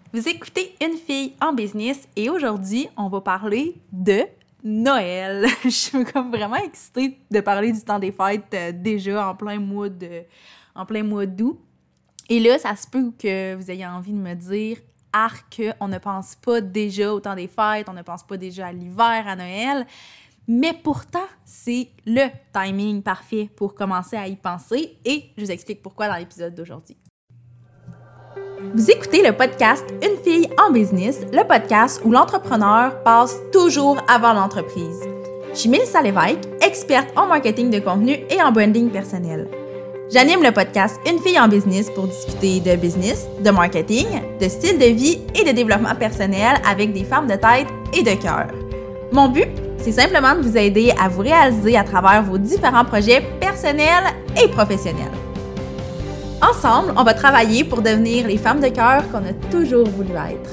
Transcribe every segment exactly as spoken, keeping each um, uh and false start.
Vous écoutez Une fille en business et aujourd'hui, on va parler de Noël. Je suis comme vraiment excitée de parler du temps des fêtes euh, déjà en plein mois de, en plein mois d'août. Et là, ça se peut que vous ayez envie de me dire « Arc, on ne pense pas déjà au temps des fêtes, on ne pense pas déjà à l'hiver, à Noël. » Mais pourtant, c'est le timing parfait pour commencer à y penser et je vous explique pourquoi dans l'épisode d'aujourd'hui. Vous écoutez le podcast Une fille en business, le podcast où l'entrepreneur passe toujours avant l'entreprise. Je suis Mélissa Lévesque, experte en marketing de contenu et en branding personnel. J'anime le podcast Une fille en business pour discuter de business, de marketing, de style de vie et de développement personnel avec des femmes de tête et de cœur. Mon but, c'est simplement de vous aider à vous réaliser à travers vos différents projets personnels et professionnels. Ensemble, on va travailler pour devenir les femmes de cœur qu'on a toujours voulu être.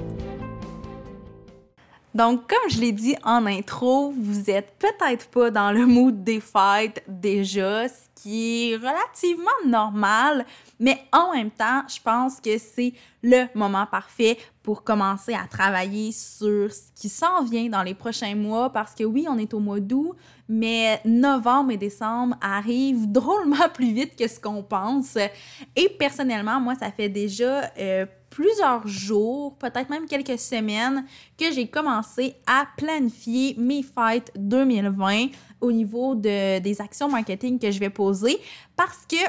Donc, comme je l'ai dit en intro, vous êtes peut-être pas dans le mood des fêtes déjà, ce qui est relativement normal, mais en même temps, je pense que c'est le moment parfait pour commencer à travailler sur ce qui s'en vient dans les prochains mois, parce que oui, on est au mois d'août, mais novembre et décembre arrivent drôlement plus vite que ce qu'on pense. Et personnellement, moi, ça fait déjà euh, plusieurs jours, peut-être même quelques semaines, que j'ai commencé à planifier mes fêtes deux mille vingt au niveau de, des actions marketing que je vais poser parce que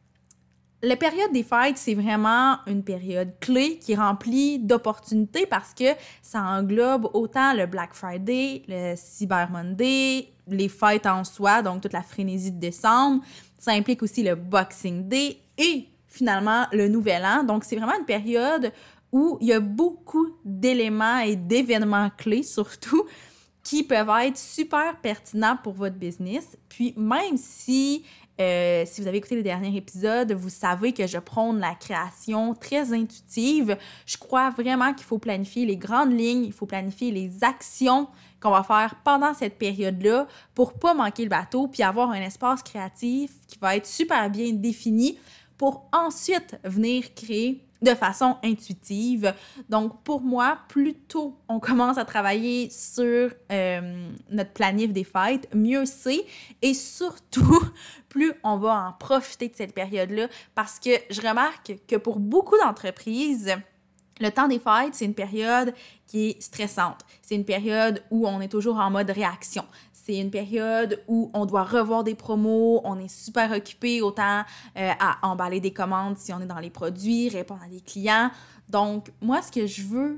la période des fêtes, c'est vraiment une période clé qui est remplie d'opportunités parce que ça englobe autant le Black Friday, le Cyber Monday, les fêtes en soi, donc toute la frénésie de décembre. Ça implique aussi le Boxing Day et finalement le Nouvel An. Donc, c'est vraiment une période où il y a beaucoup d'éléments et d'événements clés surtout qui peuvent être super pertinents pour votre business. Puis, même si Euh, si vous avez écouté les derniers épisodes, vous savez que je prône la création très intuitive. Je crois vraiment qu'il faut planifier les grandes lignes, il faut planifier les actions qu'on va faire pendant cette période-là pour pas manquer le bateau puis avoir un espace créatif qui va être super bien défini pour ensuite venir créer de façon intuitive. Donc, pour moi, plus tôt on commence à travailler sur euh, notre planif des fêtes, mieux c'est. Et surtout, plus on va en profiter de cette période-là parce que je remarque que pour beaucoup d'entreprises, le temps des fêtes, c'est une période qui est stressante. C'est une période où on est toujours en mode réaction. C'est une période où on doit revoir des promos, on est super occupé autant euh, à emballer des commandes si on est dans les produits, répondre à des clients. Donc, moi, ce que je veux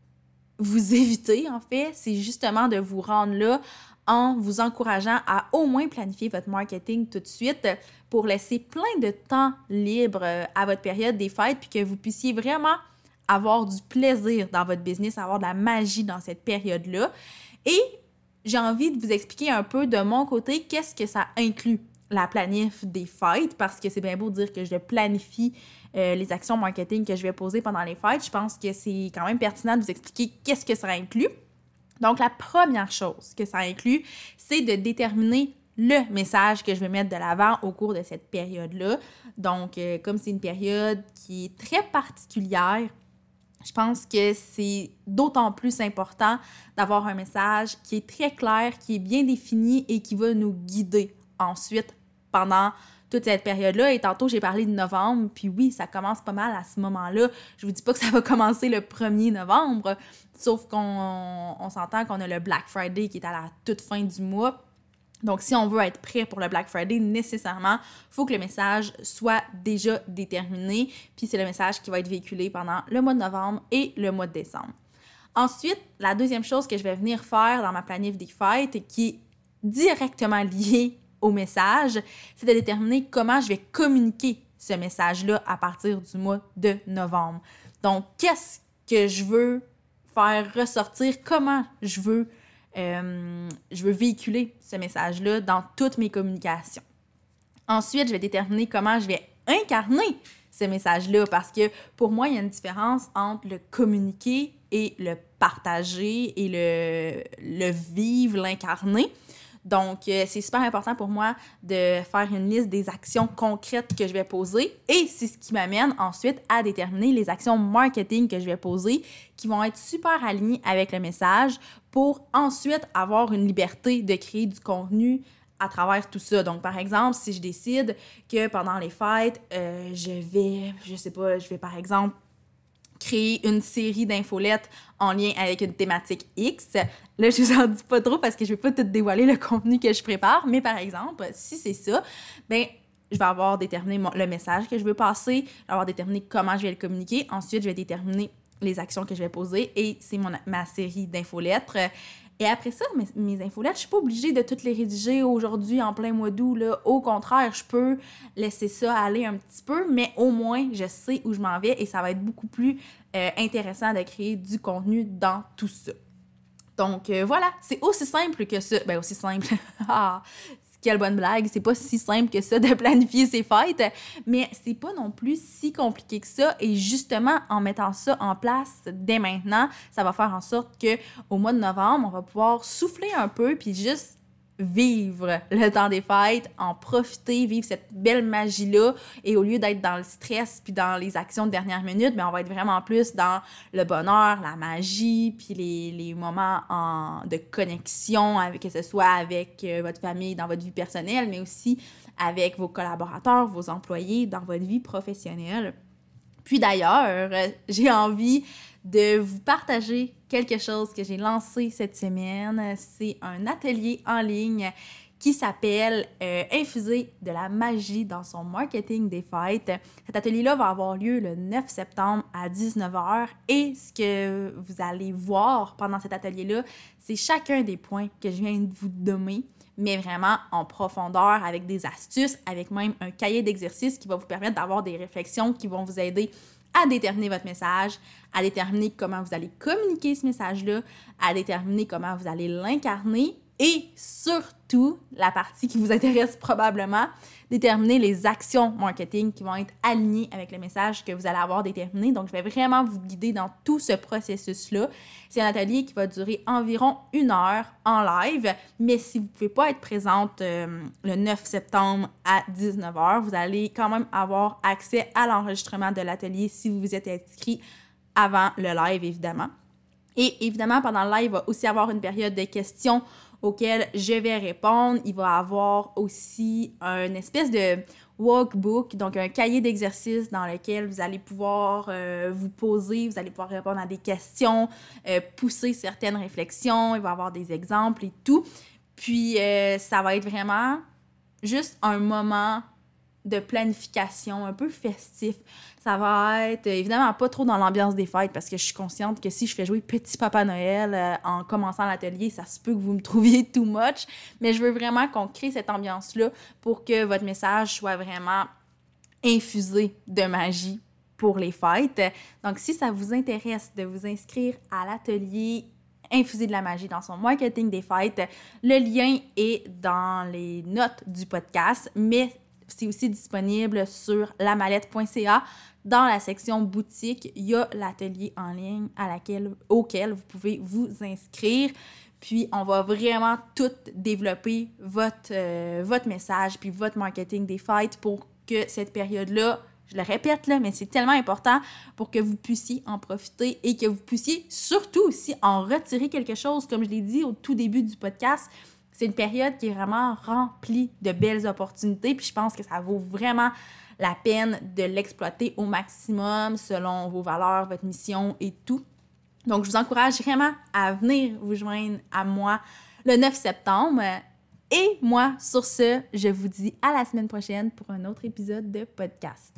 vous éviter, en fait, c'est justement de vous rendre là en vous encourageant à au moins planifier votre marketing tout de suite pour laisser plein de temps libre à votre période des fêtes puis que vous puissiez vraiment avoir du plaisir dans votre business, avoir de la magie dans cette période-là. Et j'ai envie de vous expliquer un peu de mon côté qu'est-ce que ça inclut, la planif des fêtes, parce que c'est bien beau de dire que je planifie euh, les actions marketing que je vais poser pendant les fêtes. Je pense que c'est quand même pertinent de vous expliquer qu'est-ce que ça inclut. Donc, la première chose que ça inclut, c'est de déterminer le message que je vais mettre de l'avant au cours de cette période-là. Donc, euh, comme c'est une période qui est très particulière, je pense que c'est d'autant plus important d'avoir un message qui est très clair, qui est bien défini et qui va nous guider ensuite pendant toute cette période-là. Et tantôt, j'ai parlé de novembre, puis oui, ça commence pas mal à ce moment-là. Je vous dis pas que ça va commencer le premier novembre, sauf qu'on on s'entend qu'on a le Black Friday qui est à la toute fin du mois. Donc, si on veut être prêt pour le Black Friday, nécessairement, il faut que le message soit déjà déterminé. Puis, c'est le message qui va être véhiculé pendant le mois de novembre et le mois de décembre. Ensuite, la deuxième chose que je vais venir faire dans ma planif des fêtes et qui est directement liée au message, c'est de déterminer comment je vais communiquer ce message-là à partir du mois de novembre. Donc, qu'est-ce que je veux faire ressortir? Comment je veux Euh, je veux véhiculer ce message-là dans toutes mes communications. Ensuite, je vais déterminer comment je vais incarner ce message-là parce que pour moi, il y a une différence entre le communiquer et le partager et le, le vivre, l'incarner. Donc, euh, c'est super important pour moi de faire une liste des actions concrètes que je vais poser et c'est ce qui m'amène ensuite à déterminer les actions marketing que je vais poser qui vont être super alignées avec le message pour ensuite avoir une liberté de créer du contenu à travers tout ça. Donc, par exemple, si je décide que pendant les fêtes, euh, je vais, je sais pas, je vais par exemple créer une série d'infolettes en lien avec une thématique X. Là, je vous en dis pas trop parce que je vais pas tout dévoiler le contenu que je prépare, mais par exemple, si c'est ça, ben je vais avoir déterminé mon, le message que je veux passer, je vais avoir déterminé comment je vais le communiquer. Ensuite, je vais déterminer les actions que je vais poser et c'est mon, ma série d'infolettres. Et après ça, mes, mes infolettes, je suis pas obligée de toutes les rédiger aujourd'hui en plein mois d'août, là. Au contraire, je peux laisser ça aller un petit peu, mais au moins, je sais où je m'en vais et ça va être beaucoup plus euh, intéressant de créer du contenu dans tout ça. Donc euh, voilà, c'est aussi simple que ça. Ben aussi simple. Ah, quelle bonne blague. C'est pas si simple que ça de planifier ses fêtes, mais c'est pas non plus si compliqué que ça. Et justement, en mettant ça en place dès maintenant, ça va faire en sorte que au mois de novembre, on va pouvoir souffler un peu puis juste vivre le temps des fêtes, en profiter, vivre cette belle magie-là et au lieu d'être dans le stress puis dans les actions de dernière minute, bien, on va être vraiment plus dans le bonheur, la magie puis les, les moments en, de connexion, avec, que ce soit avec euh, votre famille dans votre vie personnelle, mais aussi avec vos collaborateurs, vos employés dans votre vie professionnelle. Puis d'ailleurs, euh, j'ai envie de vous partager quelque chose que j'ai lancé cette semaine. C'est un atelier en ligne qui s'appelle euh, « Infuser de la magie dans son marketing des fêtes ». Cet atelier-là va avoir lieu le neuf septembre à dix-neuf heures et ce que vous allez voir pendant cet atelier-là, c'est chacun des points que je viens de vous nommer, mais vraiment en profondeur, avec des astuces, avec même un cahier d'exercices qui va vous permettre d'avoir des réflexions qui vont vous aider à déterminer votre message, à déterminer comment vous allez communiquer ce message-là, à déterminer comment vous allez l'incarner et surtout, la partie qui vous intéresse probablement, déterminer les actions marketing qui vont être alignées avec le message que vous allez avoir déterminé. Donc, je vais vraiment vous guider dans tout ce processus-là. C'est un atelier qui va durer environ une heure en live, mais si vous ne pouvez pas être présente euh, le neuf septembre à dix-neuf heures, vous allez quand même avoir accès à l'enregistrement de l'atelier si vous vous êtes inscrit avant le live, évidemment. Et évidemment, pendant le live, il va aussi avoir une période de questions auxquelles je vais répondre. Il va y avoir aussi une espèce de workbook, donc un cahier d'exercices dans lequel vous allez pouvoir euh, vous poser, vous allez pouvoir répondre à des questions, euh, pousser certaines réflexions, il va y avoir des exemples et tout. Puis, euh, ça va être vraiment juste un moment de planification un peu festif. Ça va être évidemment pas trop dans l'ambiance des fêtes parce que je suis consciente que si je fais jouer Petit Papa Noël euh, en commençant l'atelier, ça se peut que vous me trouviez too much, mais je veux vraiment qu'on crée cette ambiance-là pour que votre message soit vraiment infusé de magie pour les fêtes. Donc, si ça vous intéresse de vous inscrire à l'atelier Infuser de la magie dans son marketing des fêtes, le lien est dans les notes du podcast, mais c'est aussi disponible sur lamallette point c a. Dans la section boutique, il y a l'atelier en ligne à laquelle, auquel vous pouvez vous inscrire. Puis, on va vraiment tout développer votre, euh, votre message puis votre marketing des fêtes pour que cette période-là, je le répète là, mais c'est tellement important pour que vous puissiez en profiter et que vous puissiez surtout aussi en retirer quelque chose. Comme je l'ai dit au tout début du podcast, c'est une période qui est vraiment remplie de belles opportunités, puis je pense que ça vaut vraiment la peine de l'exploiter au maximum selon vos valeurs, votre mission et tout. Donc, je vous encourage vraiment à venir vous joindre à moi le neuf septembre. Et moi, sur ce, je vous dis à la semaine prochaine pour un autre épisode de podcast.